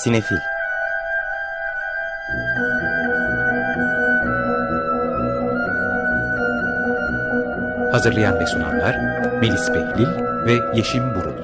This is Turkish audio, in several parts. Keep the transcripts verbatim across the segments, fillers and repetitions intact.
Sinefil. Hazırlayan ve sunanlar Melis Behlil ve Yeşim Burul.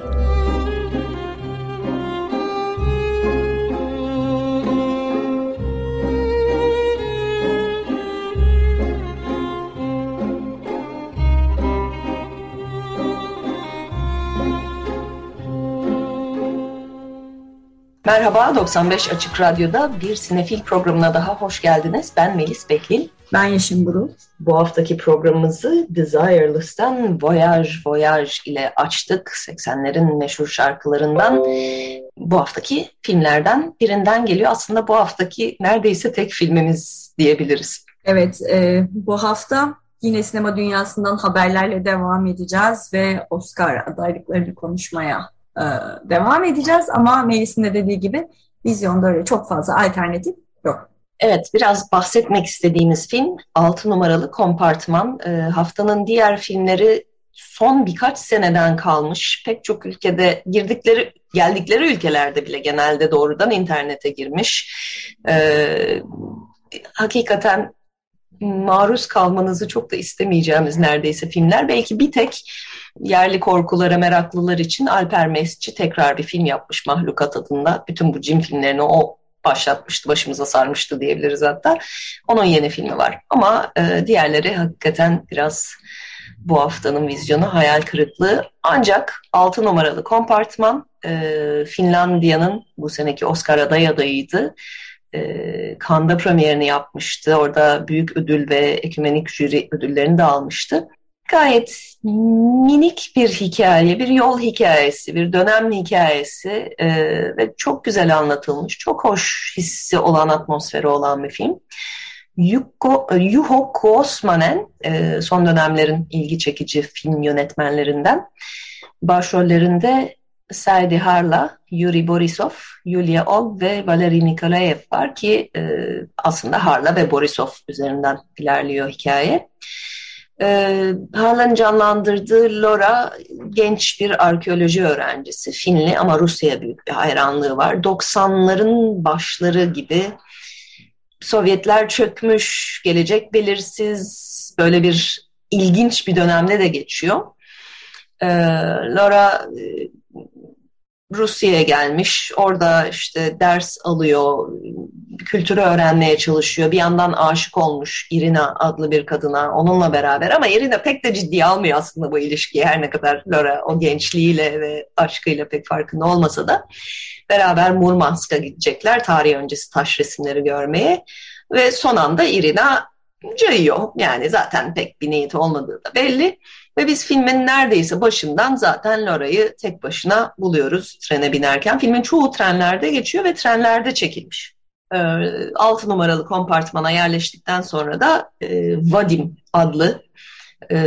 Merhaba, doksan beş Açık Radyo'da bir Sinefil programına daha hoş geldiniz. Ben Melis Behlil. Ben Yeşim Burul. Bu haftaki programımızı Desireless'tan Voyage Voyage ile açtık. seksenlerin meşhur şarkılarından. Bu haftaki filmlerden birinden geliyor. Aslında bu haftaki neredeyse tek filmimiz diyebiliriz. Evet, e, bu hafta yine sinema dünyasından haberlerle devam edeceğiz ve Oscar adaylıklarını konuşmaya e, devam edeceğiz. Ama Melis'in de dediği gibi vizyonda öyle çok fazla alternatif yok. Evet, biraz bahsetmek istediğimiz film altı numaralı Kompartman. E, haftanın diğer filmleri son birkaç seneden kalmış. Pek çok ülkede girdikleri, geldikleri ülkelerde bile genelde doğrudan internete girmiş. E, hakikaten maruz kalmanızı çok da istemeyeceğimiz neredeyse filmler. Belki bir tek yerli korkulara meraklılar için Alper Mesci tekrar bir film yapmış Mahlukat adında. Bütün bu cin filmlerini o başlatmıştı, başımıza sarmıştı diyebiliriz hatta. Onun yeni filmi var. Ama e, diğerleri hakikaten biraz bu haftanın vizyonu hayal kırıklığı. Ancak altı numaralı Kompartman e, Finlandiya'nın bu seneki Oscar aday adayıydı. E, Cannes'da premierini yapmıştı. Orada büyük ödül ve ekümenik jüri ödüllerini de almıştı. Gayet minik bir hikaye, bir yol hikayesi, bir dönem hikayesi e, ve çok güzel anlatılmış, çok hoş hissi olan, atmosferi olan bir film. Juho, Juho Kuosmanen, e, son dönemlerin ilgi çekici film yönetmenlerinden. Başrollerinde Saidi Harla, Yuri Borisov, Yulia Og ve Valeri Nikolaev var ki e, aslında Harla ve Borisov üzerinden ilerliyor hikaye. Ee, Harlan'ın canlandırdığı Laura genç bir arkeoloji öğrencisi, Finli ama Rusya'ya büyük bir hayranlığı var. doksanların başları gibi Sovyetler çökmüş, gelecek belirsiz, böyle bir ilginç bir dönemde de geçiyor. Ee, Laura Rusya'ya gelmiş, orada işte ders alıyor, kültürü öğrenmeye çalışıyor. Bir yandan aşık olmuş Irina adlı bir kadına, onunla beraber. Ama Irina pek de ciddiye almıyor aslında bu ilişkiyi. Her ne kadar Laura o gençliğiyle ve aşkıyla pek farkında olmasa da. Beraber Murmansk'a gidecekler, tarih öncesi taş resimleri görmeye. Ve son anda Irina cayıyor. Yani zaten pek bir niyeti olmadığı da belli. Ve biz filmin neredeyse başından zaten Laura'yı tek başına buluyoruz trene binerken. Filmin çoğu trenlerde geçiyor ve trenlerde çekilmiş. E, altı numaralı kompartmana yerleştikten sonra da e, Vadim adlı e,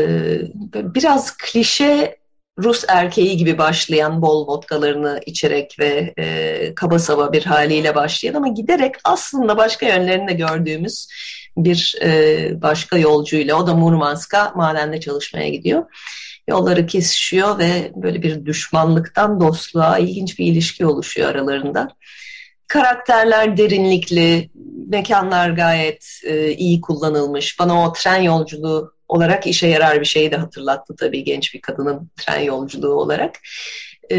biraz klişe Rus erkeği gibi başlayan, bol vodkalarını içerek ve e, kaba saba bir haliyle başlayan ama giderek aslında başka yönlerini de gördüğümüz bir e, başka yolcuyla, o da Murmansk'a madende çalışmaya gidiyor. Yolları kesişiyor ve böyle bir düşmanlıktan dostluğa ilginç bir ilişki oluşuyor aralarında. Karakterler derinlikli, mekanlar gayet e, iyi kullanılmış. Bana o tren yolculuğu olarak işe yarar bir şeyi de hatırlattı tabii, genç bir kadının tren yolculuğu olarak. E,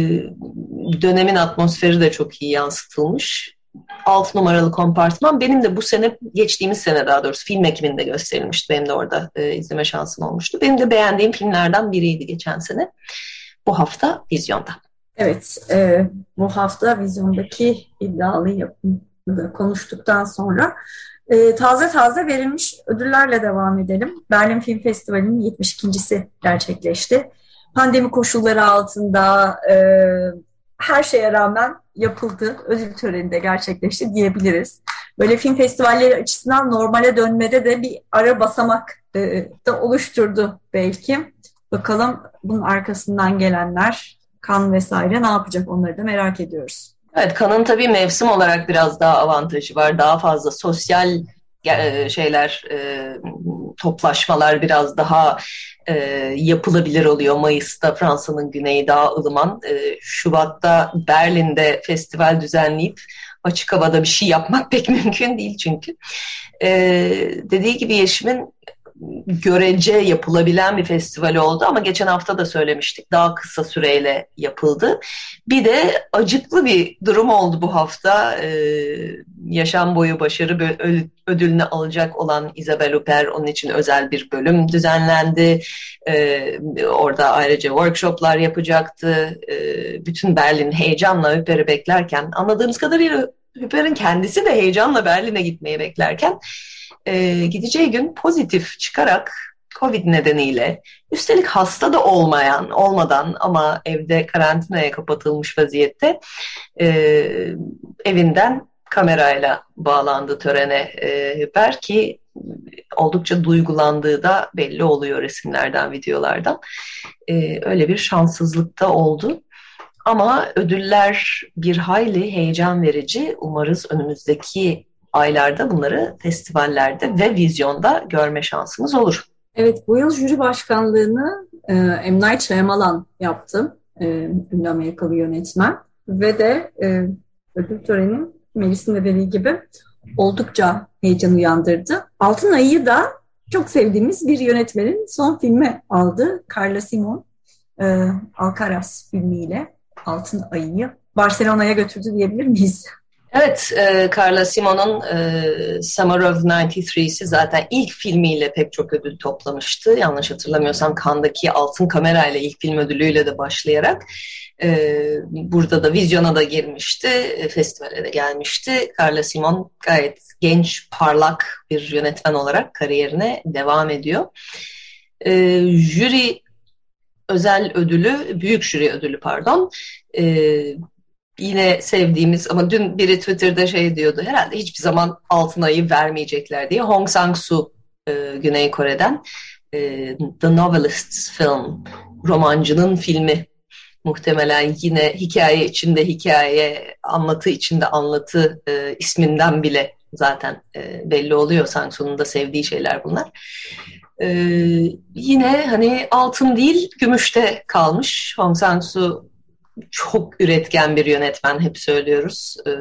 dönemin atmosferi de çok iyi yansıtılmış. altı numaralı Kompartman benim de bu sene, geçtiğimiz sene daha doğrusu film ekiminde gösterilmişti. Benim de orada e, izleme şansım olmuştu. Benim de beğendiğim filmlerden biriydi geçen sene. Bu hafta vizyonda. Evet, e, bu hafta vizyondaki iddialı yapımı konuştuktan sonra e, taze taze verilmiş ödüllerle devam edelim. Berlin Film Festivali'nin yetmiş ikincisi gerçekleşti. Pandemi koşulları altında e, her şeye rağmen yapıldı, ödül töreni de gerçekleşti diyebiliriz. Böyle film festivalleri açısından normale dönmede de bir ara basamak e, da oluşturdu belki. Bakalım bunun arkasından gelenler, Cannes vesaire ne yapacak, onları da merak ediyoruz. Evet, Cannes'ın tabii mevsim olarak biraz daha avantajı var. Daha fazla sosyal şeyler, toplaşmalar biraz daha yapılabilir oluyor. Mayıs'ta Fransa'nın güneyi daha ılıman. Şubat'ta Berlin'de festival düzenleyip açık havada bir şey yapmak pek mümkün değil çünkü. Dediği gibi Yeşim'in görece yapılabilen bir festival oldu ama geçen hafta da söylemiştik, daha kısa süreyle yapıldı. Bir de acıklı bir durum oldu bu hafta. Ee, yaşam boyu başarı ödülünü alacak olan Isabelle Huppert, onun için özel bir bölüm düzenlendi. Ee, orada ayrıca workshoplar yapacaktı. Ee, bütün Berlin heyecanla Huppert'i beklerken, anladığımız kadarıyla Huppert'in kendisi de heyecanla Berlin'e gitmeyi beklerken Ee, gideceği gün pozitif çıkarak Covid nedeniyle, üstelik hasta da olmayan, olmadan ama evde karantinaya kapatılmış vaziyette e, evinden kamerayla bağlandı törene e, Huppert ki oldukça duygulandığı da belli oluyor resimlerden, videolardan. E, öyle bir şanssızlık da oldu. Ama ödüller bir hayli heyecan verici. Umarız önümüzdeki aylarda bunları festivallerde ve vizyonda görme şansımız olur. Evet, bu yıl jüri başkanlığını e, M. Night Shyamalan yaptı. E, ünlü Amerikalı yönetmen. Ve de e, ödül töreni Melis'in de dediği gibi oldukça heyecan uyandırdı. Altın Ayı'yı da çok sevdiğimiz bir yönetmenin son filmi aldı. Carla Simon, e, Alcaraz filmiyle Altın Ayı'yı Barcelona'ya götürdü diyebilir miyiz? Evet, e, Carla Simon'un e, Summer of doksan üç'si zaten ilk filmiyle pek çok ödül toplamıştı. Yanlış hatırlamıyorsam Cannes'daki Altın Kamera ile ilk film ödülüyle de başlayarak e, burada da vizyona da girmişti, e, festivale de gelmişti. Carla Simon gayet genç, parlak bir yönetmen olarak kariyerine devam ediyor. E, jüri özel ödülü, büyük jüri ödülü pardon, e, yine sevdiğimiz ama dün biri Twitter'da şey diyordu, herhalde hiçbir zaman Altın Ayı vermeyecekler diye. Hong Sang-soo, e, Güney Kore'den e, The Novelist's Film, romancının filmi, muhtemelen yine hikaye içinde hikaye, anlatı içinde anlatı, e, isminden bile zaten e, belli oluyor Sang-soo'nun da sevdiği şeyler bunlar. E, yine hani altın değil gümüşte kalmış. Hong Sang-soo çok üretken bir yönetmen, hep söylüyoruz. Ee,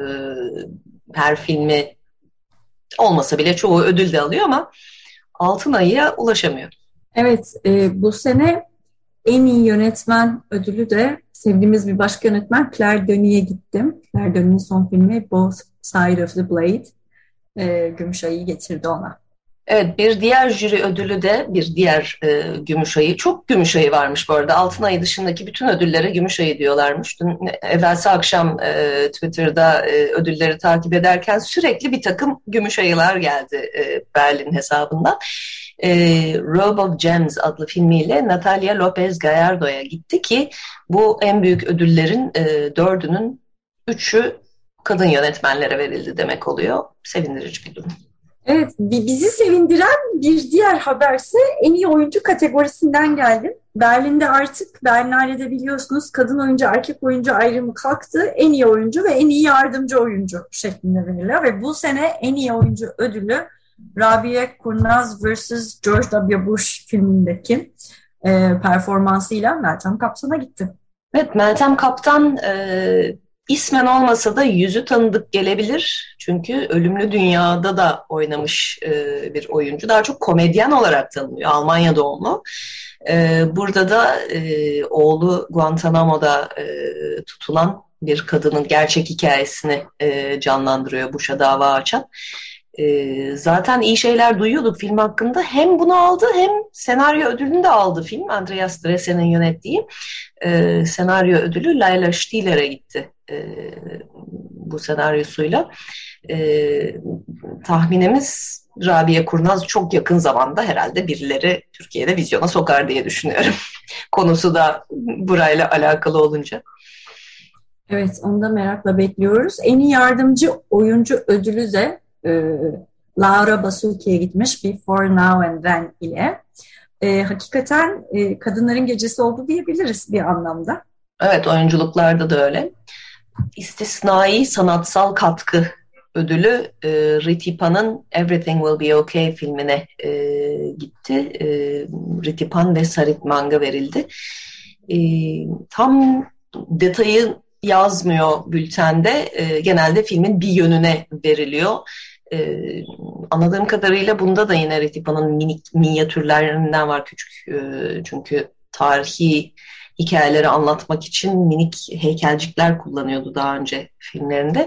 her filmi olmasa bile çoğu ödül de alıyor ama Altın Ayı'ya ulaşamıyor. Evet, e, bu sene en iyi yönetmen ödülü de sevdiğimiz bir başka yönetmen Claire Denis'e gittim. Claire Denis'in son filmi Both Sides of the Blade. E, Gümüş Ayı'yı getirdi ona. Evet, bir diğer jüri ödülü de bir diğer e, Gümüş Ayı. Çok Gümüş Ayı varmış bu arada. Altın Ayı dışındaki bütün ödüllere Gümüş Ayı diyorlarmış. Dün evvelsi akşam e, Twitter'da e, ödülleri takip ederken sürekli bir takım Gümüş Ayılar geldi e, Berlin hesabından. E, Robe of Gems adlı filmiyle Natalia Lopez Gallardo'ya gitti ki bu en büyük ödüllerin e, dördünün üçü kadın yönetmenlere verildi demek oluyor. Sevindirici bir durum. Evet, bizi sevindiren bir diğer haberse en iyi oyuncu kategorisinden geldi. Berlin'de artık, Berlinale'de biliyorsunuz kadın oyuncu, erkek oyuncu ayrımı kalktı. En iyi oyuncu ve en iyi yardımcı oyuncu şeklinde veriliyor. Ve bu sene en iyi oyuncu ödülü Rabia Kurnaz versus. George W. Bush filmindeki e, performansıyla Meltem Kaptan'a gitti. Evet, Meltem Kaptan e, ismen olmasa da yüzü tanıdık gelebilir. Çünkü Ölümlü Dünya'da da oynamış e, bir oyuncu. Daha çok komedyen olarak tanınıyor. Almanya doğumlu. E, burada da e, oğlu Guantanamo'da e, tutulan bir kadının gerçek hikayesini e, canlandırıyor. Bush'a dava açan. E, zaten iyi şeyler duyuyorduk film hakkında. Hem bunu aldı hem senaryo ödülünü de aldı film. Andreas Dressen'in yönettiği e, senaryo ödülü Layla Stieler'e gitti e, bu senaryosuyla. E, tahminimiz Rabia Kurnaz çok yakın zamanda herhalde birileri Türkiye'de vizyona sokar diye düşünüyorum. Konusu da burayla alakalı olunca. Evet, onu da merakla bekliyoruz. En iyi yardımcı oyuncu ödülü de e, Laura Basuki'ye gitmiş Before Now and Then ile. E, hakikaten e, kadınların gecesi oldu diyebiliriz bir anlamda. Evet, oyunculuklarda da öyle. İstisnai sanatsal katkı ödülü e, Ritipan'ın Everything Will Be Okay filmine e, gitti. E, Ritipan ve Sarit Mang'a verildi. E, tam detayı yazmıyor bültende. E, genelde filmin bir yönüne veriliyor. E, anladığım kadarıyla bunda da yine Ritipan'ın minik minyatürlerinden var, küçük. E, çünkü tarihi hikayeleri anlatmak için minik heykelcikler kullanıyordu daha önce filmlerinde.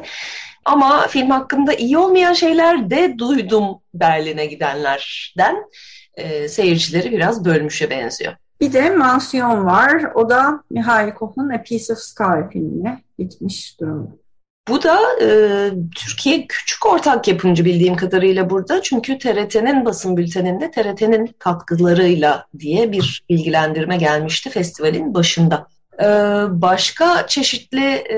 Ama film hakkında iyi olmayan şeyler de duydum Berlin'e gidenlerden. E, seyircileri biraz bölmüşe benziyor. Bir de mansiyon var. O da Mihail Koch'un A Piece of Sky filmine gitmiş durumda. Bu da e, Türkiye küçük ortak yapımcı bildiğim kadarıyla burada. Çünkü T R T'nin basın bülteninde T R T'nin katkılarıyla diye bir bilgilendirme gelmişti festivalin başında. Ee, başka çeşitli e,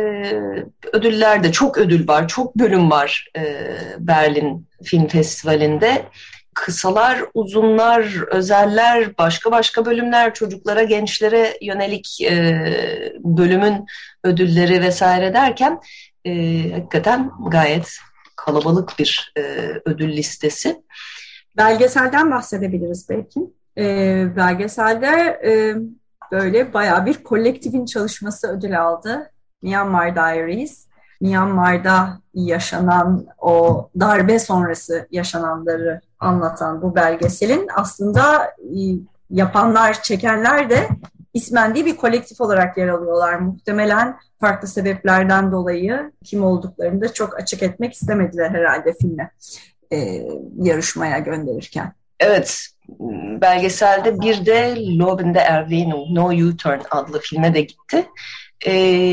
ödüller de, çok ödül var, çok bölüm var e, Berlin Film Festivali'nde. Kısalar, uzunlar, özeller, başka başka bölümler, çocuklara, gençlere yönelik e, bölümün ödülleri vesaire derken e, hakikaten gayet kalabalık bir e, ödül listesi. Belgeselden bahsedebiliriz belki. E, belgeselde e, böyle bayağı bir kolektifin çalışması ödül aldı. Myanmar Diaries. Myanmar'da yaşanan o darbe sonrası yaşananları anlatan bu belgeselin aslında yapanlar, çekenler de ismen değil bir kolektif olarak yer alıyorlar. Muhtemelen farklı sebeplerden dolayı kim olduklarını da çok açık etmek istemediler herhalde filme e, yarışmaya gönderirken. Evet, belgeselde bir de Loben de Erwähnung, No U-Turn adlı filme de gitti. E,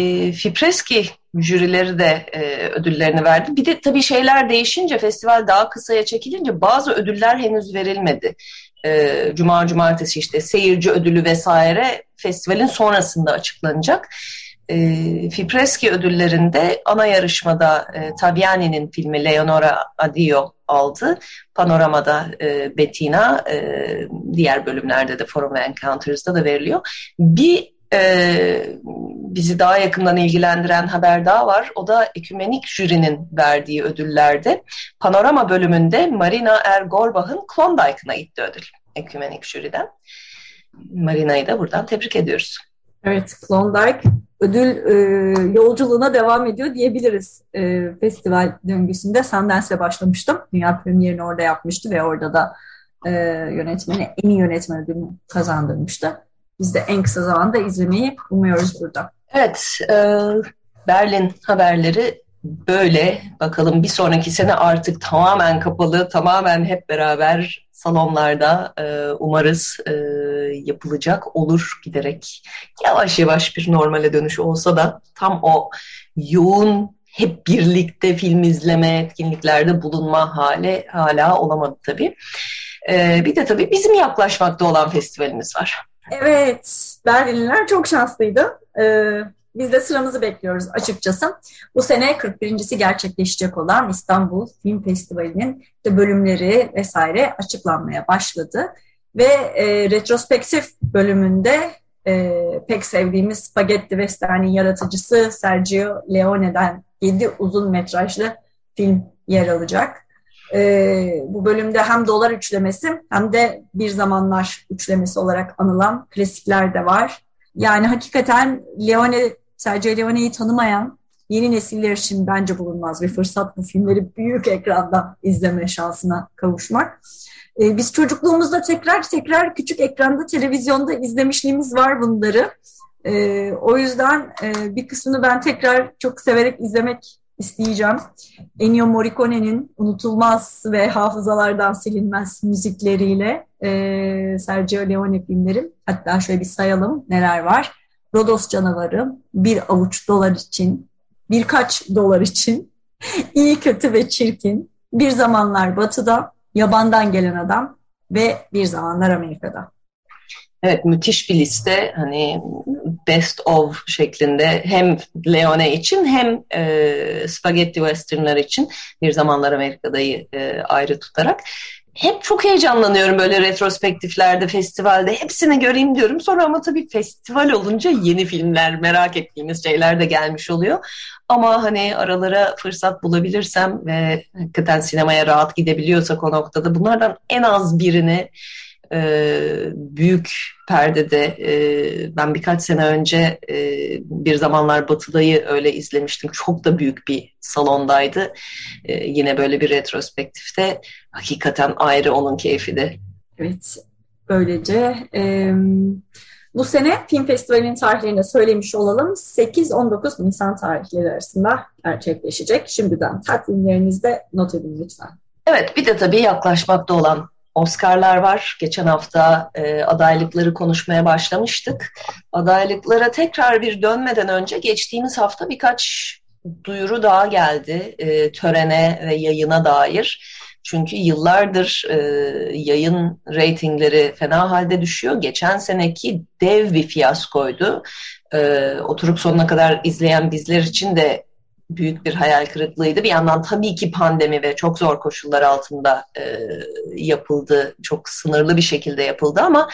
Fipreski jürileri de e, ödüllerini verdi. Bir de tabii şeyler değişince, festival daha kısaya çekilince bazı ödüller henüz verilmedi. E, Cuma, cumartesi işte seyirci ödülü vesaire festivalin sonrasında açıklanacak. E, Fipreski ödüllerinde ana yarışmada e, Taviani'nin filmi Leonora Adio aldı. Panorama'da e, Bettina, e, diğer bölümlerde de Forum ve Encounters'da da veriliyor. Bir e, bizi daha yakından ilgilendiren haber daha var. O da ekümenik jürinin verdiği ödüllerde. Panorama bölümünde Marina Ergorbach'ın Klondike'ına gitti ödül ekümenik jüriden. Marina'yı da buradan tebrik ediyoruz. Evet, Klondike ödül e, yolculuğuna devam ediyor diyebiliriz. E, festival döngüsünde Sundance'le başlamıştım. Dünya premierini orada yapmıştı ve orada da e, yönetmeni en iyi yönetmen ödülünü kazandırmıştı. Biz de en kısa zamanda izlemeyi umuyoruz burada. Evet, e, Berlin haberleri böyle. Bakalım bir sonraki sene artık tamamen kapalı, tamamen hep beraber salonlarda e, umarız e, yapılacak olur giderek. Yavaş yavaş bir normale dönüş olsa da tam o yoğun hep birlikte film izleme, etkinliklerde bulunma hali hala olamadı tabii. E, bir de tabii bizim yaklaşmakta olan festivalimiz var. Evet, Berlinliler çok şanslıydı. Ee, biz de sıramızı bekliyoruz açıkçası. Bu sene kırk birincisi gerçekleşecek olan İstanbul Film Festivali'nin de bölümleri vesaire açıklanmaya başladı. Ve e, retrospektif bölümünde e, pek sevdiğimiz Spaghetti Western'in yaratıcısı Sergio Leone'den yedi uzun metrajlı film yer alacak. Ee, bu bölümde hem dolar üçlemesi hem de bir zamanlar üçlemesi olarak anılan klasikler de var. Yani hakikaten Leone, Sergio Leone'yi tanımayan yeni nesiller için bence bulunmaz bir fırsat bu filmleri büyük ekranda izleme şansına kavuşmak. Ee, biz çocukluğumuzda tekrar tekrar küçük ekranda televizyonda izlemişliğimiz var bunları. Ee, o yüzden e, bir kısmını ben tekrar çok severek izlemek isteyeceğim. Ennio Morricone'nin unutulmaz ve hafızalardan silinmez müzikleriyle e, Sergio Leone filmleri. Hatta şöyle bir sayalım neler var. Rodos Canavarı, Bir Avuç Dolar için, Birkaç Dolar için, İyi Kötü ve Çirkin, Bir Zamanlar Batı'da, Yabandan Gelen Adam ve Bir Zamanlar Amerika'da. Evet, müthiş bir liste. Hani best of şeklinde hem Leone için hem e, Spaghetti Western'lar için Bir Zamanlar Amerika'dayı e, ayrı tutarak. Hep çok heyecanlanıyorum böyle retrospektiflerde, festivalde. Hepsini göreyim diyorum. Sonra ama tabii festival olunca yeni filmler, merak ettiğimiz şeyler de gelmiş oluyor. Ama hani aralara fırsat bulabilirsem ve hakikaten sinemaya rahat gidebiliyorsak o noktada bunlardan en az birini e, büyük perdede e, ben birkaç sene önce e, bir zamanlar Batı'dayı öyle izlemiştim. Çok da büyük bir salondaydı. E, yine böyle bir retrospektifte hakikaten ayrı onun keyfi de. Evet, böylece e, bu sene film festivalinin tarihlerini de söylemiş olalım. sekiz on dokuz Nisan tarihleri arasında gerçekleşecek. Şimdiden takvimlerinizde not edin lütfen. Evet, bir de tabii yaklaşmakta olan Oscar'lar var. Geçen hafta e, adaylıkları konuşmaya başlamıştık. Adaylıklara tekrar bir dönmeden önce geçtiğimiz hafta birkaç duyuru daha geldi e, törene ve yayına dair. Çünkü yıllardır e, yayın reytingleri fena halde düşüyor. Geçen seneki dev bir fiyaskoydu. E, oturup sonuna kadar izleyen bizler için de büyük bir hayal kırıklığıydı. Bir yandan tabii ki pandemi ve çok zor koşullar altında e, yapıldı. Çok sınırlı bir şekilde yapıldı ama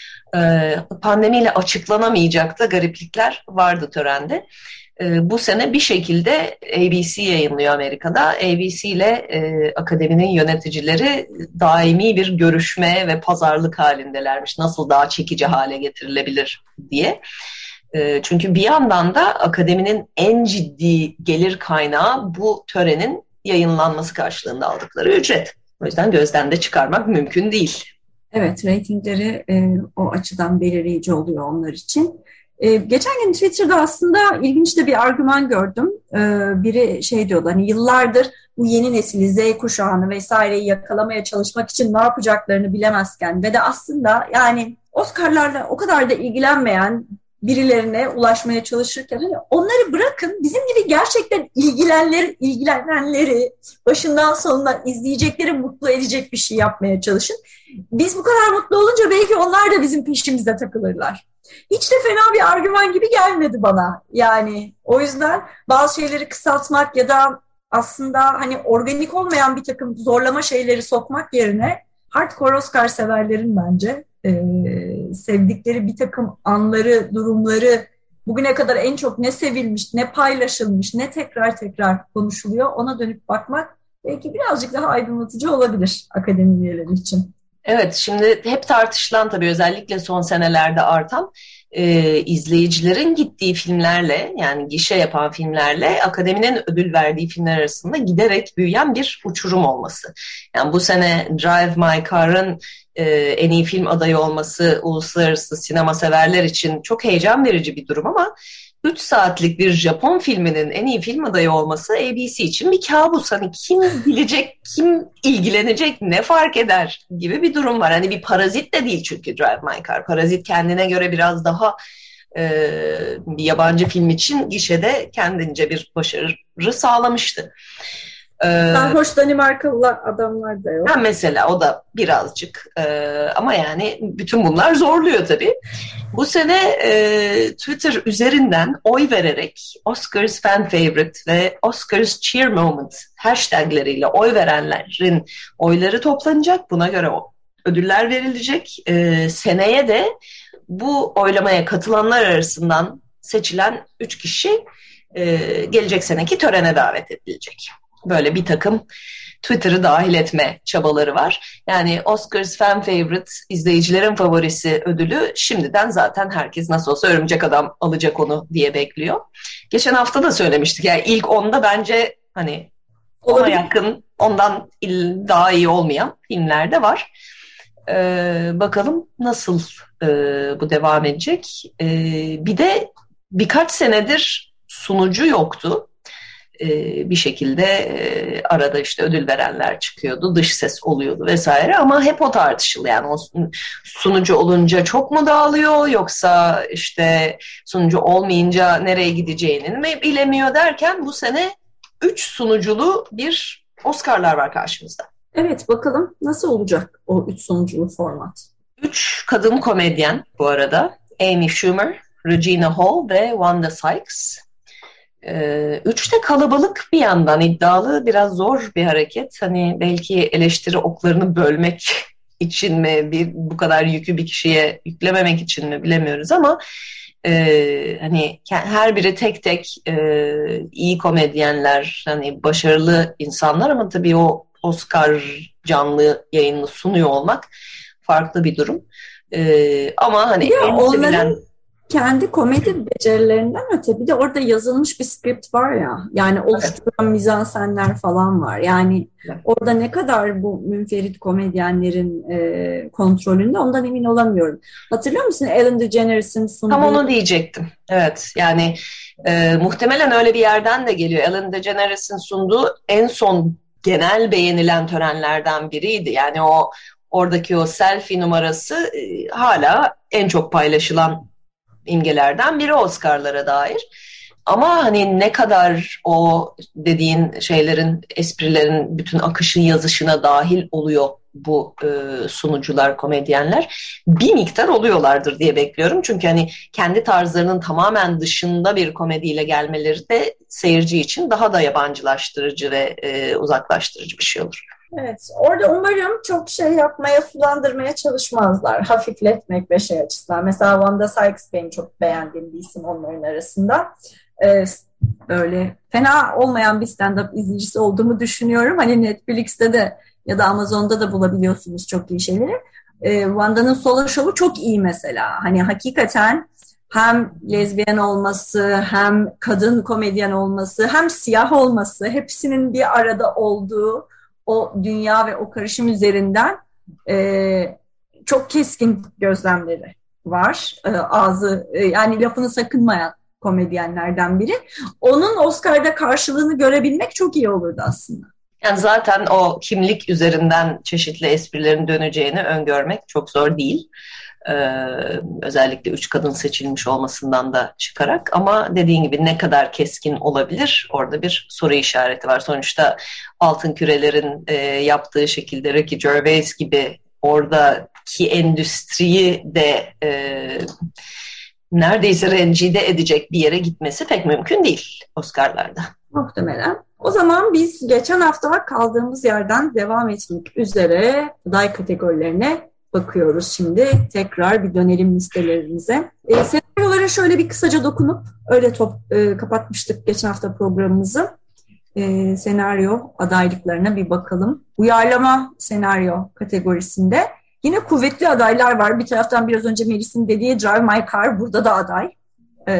e, pandemiyle açıklanamayacak da gariplikler vardı törende. E, bu sene bir şekilde A B C yayınlıyor Amerika'da. A B C ile e, akademinin yöneticileri daimi bir görüşme ve pazarlık halindelermiş. Nasıl daha çekici hale getirilebilir diye. Çünkü bir yandan da akademinin en ciddi gelir kaynağı bu törenin yayınlanması karşılığında aldıkları ücret. O yüzden gözden de çıkarmak mümkün değil. Evet, reytingleri e, o açıdan belirleyici oluyor onlar için. E, geçen gün Twitter'da aslında ilginç de bir argüman gördüm. E, biri şey diyordu, hani yıllardır bu yeni nesili, Z kuşağını vesaireyi yakalamaya çalışmak için ne yapacaklarını bilemezken ve de aslında yani Oscar'larla o kadar da ilgilenmeyen birilerine ulaşmaya çalışırken hani onları bırakın, bizim gibi gerçekten ilgilenenleri, ilgilenenleri başından sonuna izleyecekleri mutlu edecek bir şey yapmaya çalışın. Biz bu kadar mutlu olunca belki onlar da bizim peşimizde takılırlar. Hiç de fena bir argüman gibi gelmedi bana. Yani o yüzden bazı şeyleri kısaltmak ya da aslında hani organik olmayan bir takım zorlama şeyleri sokmak yerine hardcore Oscar severlerin bence Ee, sevdikleri bir takım anları, durumları, bugüne kadar en çok ne sevilmiş, ne paylaşılmış, ne tekrar tekrar konuşuluyor, ona dönüp bakmak belki birazcık daha aydınlatıcı olabilir akademi üyeleri için. Evet, şimdi hep tartışılan tabii özellikle son senelerde artan e, izleyicilerin gittii filmlerle, yani gişe yapan filmlerle akademinin ödül verdiği filmler arasında giderek büyüyen bir uçurum olması. Yani bu sene Drive My Car'ın e, en iyi film adayı olması uluslararası sinema severler için çok heyecan verici bir durum ama üç saatlik bir Japon filminin en iyi film adayı olması A B C için bir kabus. Hani kim bilecek, kim ilgilenecek, ne fark eder gibi bir durum var. Hani bir Parazit de değil çünkü Drive My Car. Parazit kendine göre biraz daha e, bir yabancı film için gişede kendince bir başarı sağlamıştı. Sarhoş Danimarkalı adamlar da yok. Ha mesela o da birazcık e, ama yani bütün bunlar zorluyor tabii. Bu sene e, Twitter üzerinden oy vererek Oscars Fan Favorite ve Oscars Cheer Moment hashtagleriyle oy verenlerin oyları toplanacak. Buna göre o ödüller verilecek. E, seneye de bu oylamaya katılanlar arasından seçilen üç kişi e, gelecek seneki törene davet edilecek. Böyle bir takım Twitter'ı dahil etme çabaları var. Yani Oscars Fan Favorite, izleyicilerin favorisi ödülü şimdiden zaten herkes nasıl olsa Örümcek Adam alacak onu diye bekliyor. Geçen hafta da söylemiştik. Yani ilk onda bence hani ona yakın, ondan daha iyi olmayan filmler de var. Ee, bakalım nasıl e, bu devam edecek. Ee, bir de birkaç senedir sunucu yoktu. Bir şekilde arada işte ödül verenler çıkıyordu, dış ses oluyordu vesaire ama hep o tartışıldı. Yani o sunucu olunca çok mu dağılıyor yoksa işte sunucu olmayınca nereye gideceğini mi bilemiyor derken bu sene üç sunuculu bir Oscar'lar var karşımızda. Evet, bakalım nasıl olacak o üç sunuculu format. Üç kadın komedyen bu arada. Amy Schumer, Regina Hall ve Wanda Sykes. Ee, üç de kalabalık, bir yandan iddialı, biraz zor bir hareket. Hani belki eleştiri oklarını bölmek için mi, bir bu kadar yükü bir kişiye yüklememek için mi bilemiyoruz ama e, hani her biri tek tek e, iyi komedyenler, hani başarılı insanlar ama tabii o Oscar canlı yayını sunuyor olmak farklı bir durum. E, ama hani Bir de en onların sevilen kendi komedi becerilerinden öte bir de orada yazılmış bir script var ya, yani oluşturulan mizansenler falan var. Yani Evet. orada ne kadar bu münferit komedyenlerin e, kontrolünde ondan emin olamıyorum. Hatırlıyor musun Ellen DeGeneres'in sunduğu? Tam onu diyecektim. Evet, yani e, muhtemelen öyle bir yerden de geliyor. Ellen DeGeneres'in sunduğu en son genel beğenilen törenlerden biriydi. Yani o oradaki o selfie numarası e, hala en çok paylaşılan imgelerden biri Oscar'lara dair. Ama hani ne kadar o dediğin şeylerin, esprilerin bütün akışı yazışına dahil oluyor bu e, sunucular, komedyenler, bir miktar oluyorlardır diye bekliyorum. Çünkü hani kendi tarzlarının tamamen dışında bir komediyle gelmeleri de seyirci için daha da yabancılaştırıcı ve e, uzaklaştırıcı bir şey olur. Evet, orada umarım çok şey yapmaya, sulandırmaya çalışmazlar. Hafifletmek ve şey açısından. Mesela Wanda Sykes benim çok beğendiğim bir isim onların arasında. Ee, böyle fena olmayan bir stand-up izleyicisi olduğumu düşünüyorum. Hani Netflix'te de ya da Amazon'da da bulabiliyorsunuz çok iyi şeyleri. Ee, Wanda'nın solo şovu çok iyi mesela. Hani hakikaten hem lezbiyen olması, hem kadın komedyen olması, hem siyah olması, hepsinin bir arada olduğu o dünya ve o karışım üzerinden e, çok keskin gözlemleri var. E, ağzı e, yani lafını sakınmayan komedyenlerden biri. Onun Oscar'da karşılığını görebilmek çok iyi olurdu aslında. Yani zaten o kimlik üzerinden çeşitli esprilerin döneceğini öngörmek çok zor değil. Ee, özellikle üç kadın seçilmiş olmasından da çıkarak, ama dediğin gibi ne kadar keskin olabilir, orada bir soru işareti var. Sonuçta Altın Kürelerin e, yaptığı şekilde Ricky Gervais gibi oradaki endüstriyi de e, neredeyse rencide edecek bir yere gitmesi pek mümkün değil Oscar'larda. Muhtemelen. O zaman biz geçen hafta kaldığımız yerden devam etmek üzere aday kategorilerine bakıyoruz şimdi. Tekrar bir dönelim listelerimize. E, senaryolara şöyle bir kısaca dokunup öyle top, e, kapatmıştık geçen hafta programımızı. E, senaryo adaylıklarına bir bakalım. Uyarlama senaryo kategorisinde yine kuvvetli adaylar var. Bir taraftan biraz önce Melis'in dediği Drive My Car burada da aday. E,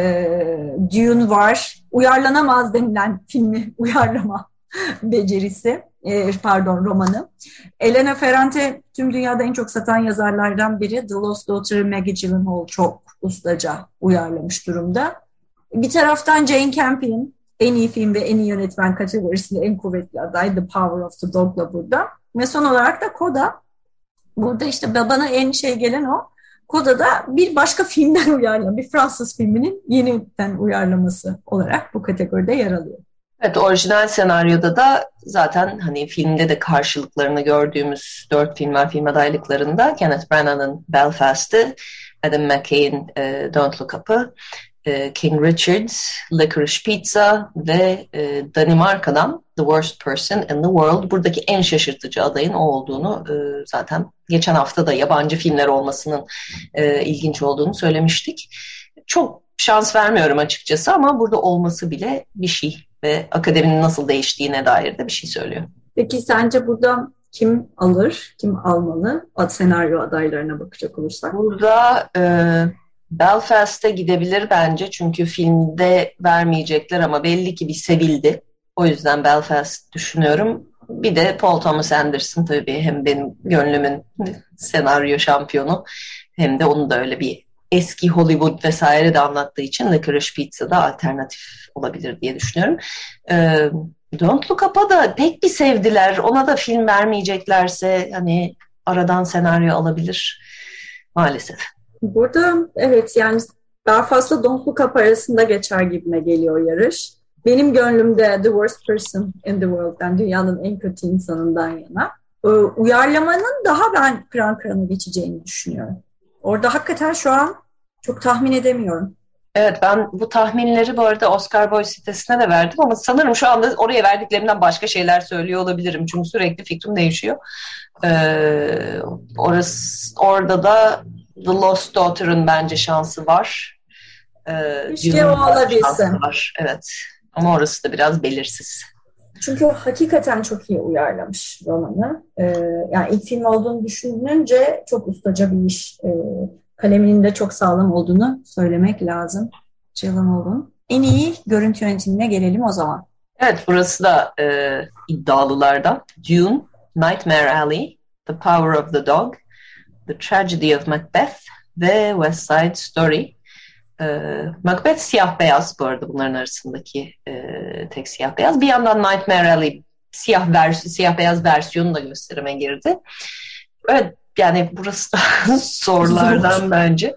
Dune var. Uyarlanamaz denilen filmi uyarlama becerisi. E, pardon romanı. Elena Ferrante tüm dünyada en çok satan yazarlardan biri. The Lost Daughter Maggie Gyllenhaal çok ustaca uyarlamış durumda. Bir taraftan Jane Campion en iyi film ve en iyi yönetmen kategorisinde en kuvvetli aday The Power of the Dog'la burada. Ve son olarak da Coda. Burada işte bana en şey gelen o. Coda'da bir başka filmden uyarlama, bir Fransız filminin yeniden uyarlaması olarak bu kategoride yer alıyor. Evet, orijinal senaryoda da zaten hani filmde de karşılıklarını gördüğümüz dört film var film adaylıklarında. Kenneth Branagh'ın Belfast'ı, Adam McKay'in e, Don't Look Up'ı, e, King Richard, Licorice Pizza ve e, Danimarka'dan The Worst Person in the World. Buradaki en şaşırtıcı adayın o olduğunu e, zaten geçen hafta da yabancı filmler olmasının e, ilginç olduğunu söylemiştik. Çok şans vermiyorum açıkçası ama burada olması bile bir şey ve akademinin nasıl değiştiğine dair de bir şey söylüyor. Peki sence burada kim alır, kim almalı ad senaryo adaylarına bakacak olursak? Burada e, Belfast'a gidebilir bence çünkü filmde vermeyecekler ama belli ki bir sevildi. O yüzden Belfast düşünüyorum. Bir de Paul Thomas Anderson tabii hem benim gönlümün senaryo şampiyonu hem de onun da öyle bir eski Hollywood vesaire de anlattığı için Licorice Pizza da alternatif olabilir diye düşünüyorum. Ee, Don't Look Up'a da pek bir sevdiler. Ona da film vermeyeceklerse hani aradan senaryo alabilir maalesef. Burada evet yani daha fazla Don't Look Up arasında geçer gibime geliyor yarış. Benim gönlümde The Worst Person in the World'dan, dünyanın en kötü insanından yana. Ee, uyarlamanın daha ben kıran kırana geçeceğini düşünüyorum. Orada hakikaten şu an çok tahmin edemiyorum. Evet, ben bu tahminleri bu arada Oscar Boy sitesine de verdim ama sanırım şu anda oraya verdiklerimden başka şeyler söylüyor olabilirim. Çünkü sürekli fikrim değişiyor. Ee, orası, orada da The Lost Daughter'ın bence şansı var. Ee, Keşke o olabilsin. Var. Evet. Ama orası da biraz belirsiz. Çünkü hakikaten çok iyi uyarlamış romanı. Ee, yani ilk film olduğunu düşününce çok ustaca bir iş. Ee, kaleminin de çok sağlam olduğunu söylemek lazım. Ceylan En iyi görüntü yönetimine gelelim o zaman. Evet, burası da e, iddialılardan. Dune, Nightmare Alley, The Power of the Dog, The Tragedy of Macbeth ve West Side Story. Ee, Macbeth siyah beyaz bu arada bunların arasındaki e, tek siyah beyaz. Bir yandan Nightmare Alley siyah, vers- siyah beyaz versiyonu da gösterime girdi. Evet, yani burası da sorulardan bence.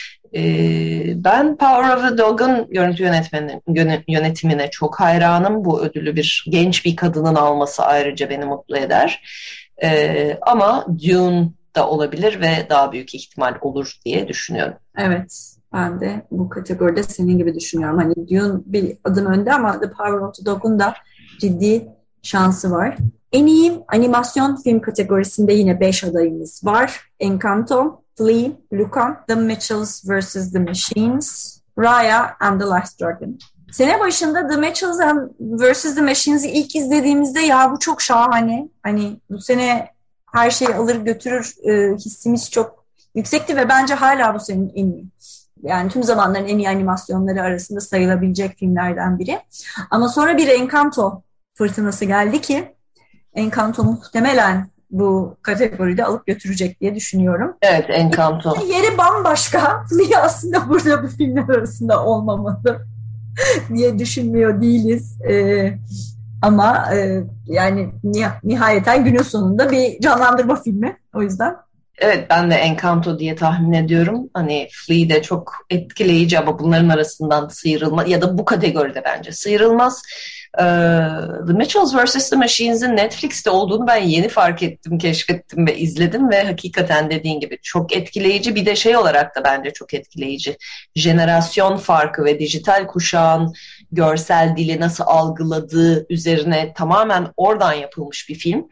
Ee, ben Power of the Dog'un görüntü yönetmeni, yönetimine çok hayranım. Bu ödülü bir genç bir kadının alması ayrıca beni mutlu eder. Ee, ama Dune da olabilir ve daha büyük ihtimal olur diye düşünüyorum. Evet. Ben de bu kategoride senin gibi düşünüyorum. Hani Dune bir adım önde ama The Power of the Dog'un da ciddi şansı var. En iyi animasyon film kategorisinde yine beş adayımız var. Encanto, Flea, Luca, The Mitchells versus. The Machines, Raya and the Last Dragon. Sene başında The Mitchells versus. The Machines'i ilk izlediğimizde ya bu çok şahane. Hani bu sene her şeyi alır götürür e, hissimiz çok yüksekti ve bence hala bu senin en iyi. Yani tüm zamanların en iyi animasyonları arasında sayılabilecek filmlerden biri. Ama sonra bir Encanto fırtınası geldi ki Encanto muhtemelen bu kategoride alıp götürecek diye düşünüyorum. Evet, Encanto. Yeri bambaşka. Niye aslında burada bu filmler arasında olmamalı diye düşünmüyor değiliz. Ee, ama e, yani nihayeten günün sonunda bir canlandırma filmi. O yüzden. Evet, ben de Encanto diye tahmin ediyorum. Hani Flea de çok etkileyici ama bunların arasından sıyrılmaz ya da bu kategoride bence sıyrılmaz. Ee, The Mitchells versus. The Machines'in Netflix'te olduğunu ben yeni fark ettim, keşfettim ve izledim ve hakikaten dediğin gibi çok etkileyici. Bir de şey olarak da bence çok etkileyici. Jenerasyon farkı ve dijital kuşağın görsel dili nasıl algıladığı üzerine tamamen oradan yapılmış bir film.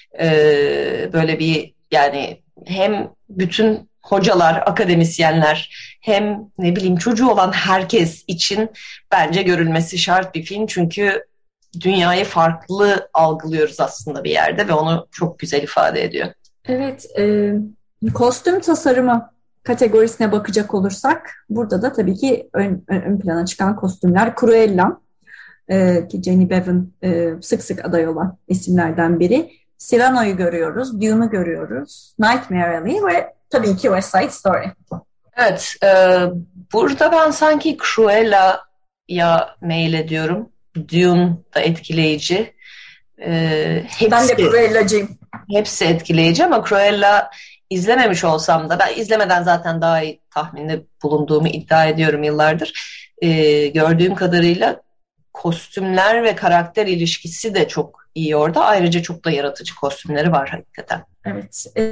Ee, böyle bir yani hem bütün hocalar, akademisyenler hem ne bileyim çocuğu olan herkes için bence görülmesi şart bir film. Çünkü dünyayı farklı algılıyoruz aslında bir yerde ve onu çok güzel ifade ediyor. Evet, e, kostüm tasarımı kategorisine bakacak olursak burada da tabii ki ön, ön plana çıkan kostümler Cruella e, ki Jenny Bevan e, sık sık aday olan isimlerden biri. Cyrano'yu görüyoruz, Dune'u görüyoruz, Nightmare Alley ve tabii ki West Side Story. Evet, e, burada ben sanki Cruella'ya meylediyorum. Dune da etkileyici. E, hepsi, ben de Cruella'cıyım. Hepsi etkileyici ama Cruella izlememiş olsam da ben izlemeden zaten daha iyi tahminde bulunduğumu iddia ediyorum yıllardır. E, gördüğüm kadarıyla kostümler ve karakter ilişkisi de çok iyi orada. Ayrıca çok da yaratıcı kostümleri var hakikaten. Evet. E,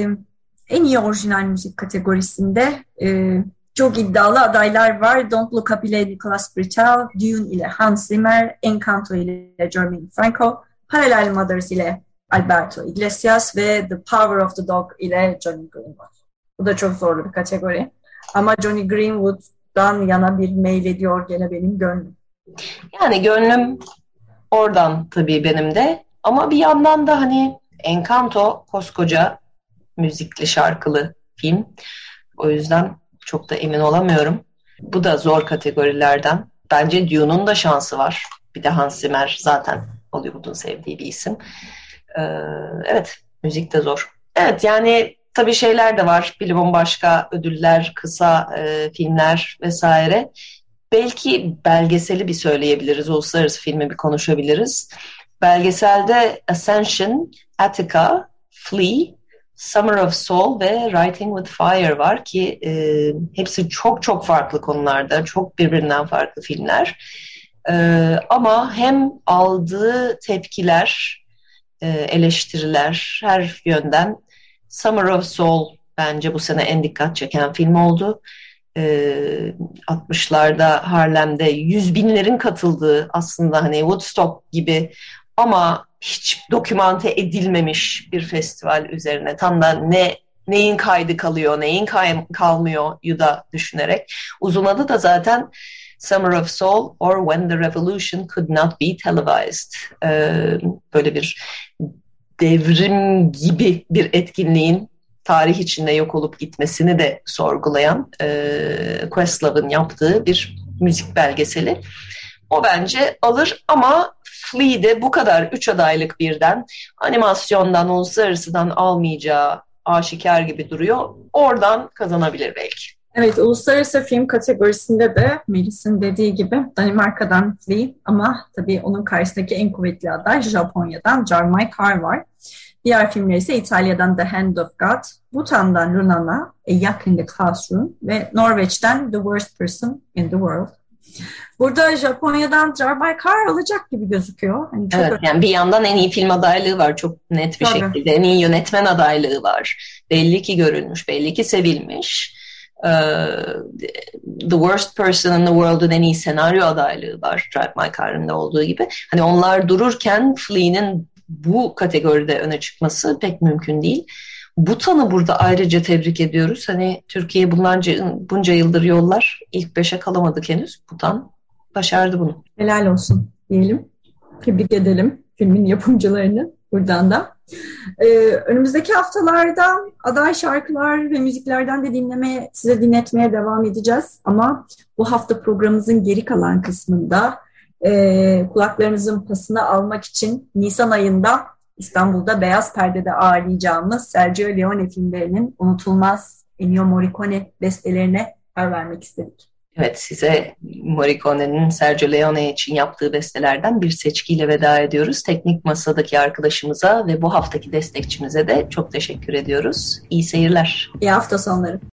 en iyi orijinal müzik kategorisinde e, çok iddialı adaylar var. Don't Look Up ile Nicolas Britell, Dune ile Hans Zimmer, Encanto ile Germaine Franco, Parallel Mothers ile Alberto Iglesias ve The Power of the Dog ile Johnny Greenwood. Bu da çok zorlu bir kategori. Ama Johnny Greenwood'dan yana bir meylediyor gene benim gönlüm. Yani gönlüm oradan tabii benim de. Ama bir yandan da hani Encanto koskoca müzikli şarkılı film. O yüzden çok da emin olamıyorum. Bu da zor kategorilerden. Bence Dune'un da şansı var. Bir de Hans Zimmer zaten Hollywood'un sevdiği bir isim. Ee, evet, müzik de zor. Evet, yani tabii şeyler de var. Bilimum başka ödüller, kısa e, filmler vesaire. Belki belgeseli bir söyleyebiliriz. Uluslararası filmi bir konuşabiliriz. Belgeselde Ascension, Attica, Flea, Summer of Soul ve Writing with Fire var ki e, hepsi çok çok farklı konularda, çok birbirinden farklı filmler. E, ama hem aldığı tepkiler, e, eleştiriler her yönden Summer of Soul bence bu sene en dikkat çeken film oldu. altmışlarda Harlem'de yüz binlerin katıldığı, aslında hani Woodstock gibi ama hiç dokümante edilmemiş bir festival üzerine, tam da ne neyin kaydı kalıyor, neyin kay- kalmıyor yu da düşünerek. Uzun adı da zaten Summer of Soul or When the Revolution Could Not Be Televised. Ee, böyle bir devrim gibi bir etkinliğin tarih içinde yok olup gitmesini de sorgulayan e, Questlove'ın yaptığı bir müzik belgeseli. O bence alır, ama Flea'de bu kadar üç adaylık birden animasyondan, uluslararasıdan almayacağı aşikar gibi duruyor. Oradan kazanabilir belki. Evet, uluslararası film kategorisinde de Melis'in dediği gibi Danimarka'dan Flea, ama tabii onun karşısındaki en kuvvetli aday Japonya'dan Jarmai Carr var. Diğer filmler ise İtalya'dan The Hand of God, Bhutan'dan Runana, A Yak in the Classroom ve Norveç'ten The Worst Person in the World. Burada Japonya'dan Jarmai Carr alacak gibi gözüküyor. Hani çok evet, önemli. yani bir yandan en iyi film adaylığı var çok net bir Tabii. şekilde. En iyi yönetmen adaylığı var. Belli ki görülmüş, belli ki sevilmiş. The Worst Person in the World'un en iyi senaryo adaylığı var, Jarmai Carr'ın da olduğu gibi. Hani onlar dururken Flea'nin bu kategoride öne çıkması pek mümkün değil. Bhutan'ı burada ayrıca tebrik ediyoruz. Hani Türkiye bunlarca, bunca yıldır yollar, ilk beşe kalamadık henüz. Bhutan başardı bunu. Helal olsun diyelim. Tebrik edelim filmin yapımcılarını buradan da. Ee, önümüzdeki haftalarda aday şarkılar ve müziklerden de dinlemeye, size dinletmeye devam edeceğiz. Ama bu hafta programımızın geri kalan kısmında e, kulaklarınızın pasını almak için Nisan ayında İstanbul'da Beyaz Perde'de ağırlayacağımız Sergio Leone filmlerinin unutulmaz Ennio Morricone bestelerine yer vermek istedik. Evet, size Morricone'nin Sergio Leone için yaptığı bestelerden bir seçkiyle veda ediyoruz. Teknik masadaki arkadaşımıza ve bu haftaki destekçimize de çok teşekkür ediyoruz. İyi seyirler. İyi hafta sonları.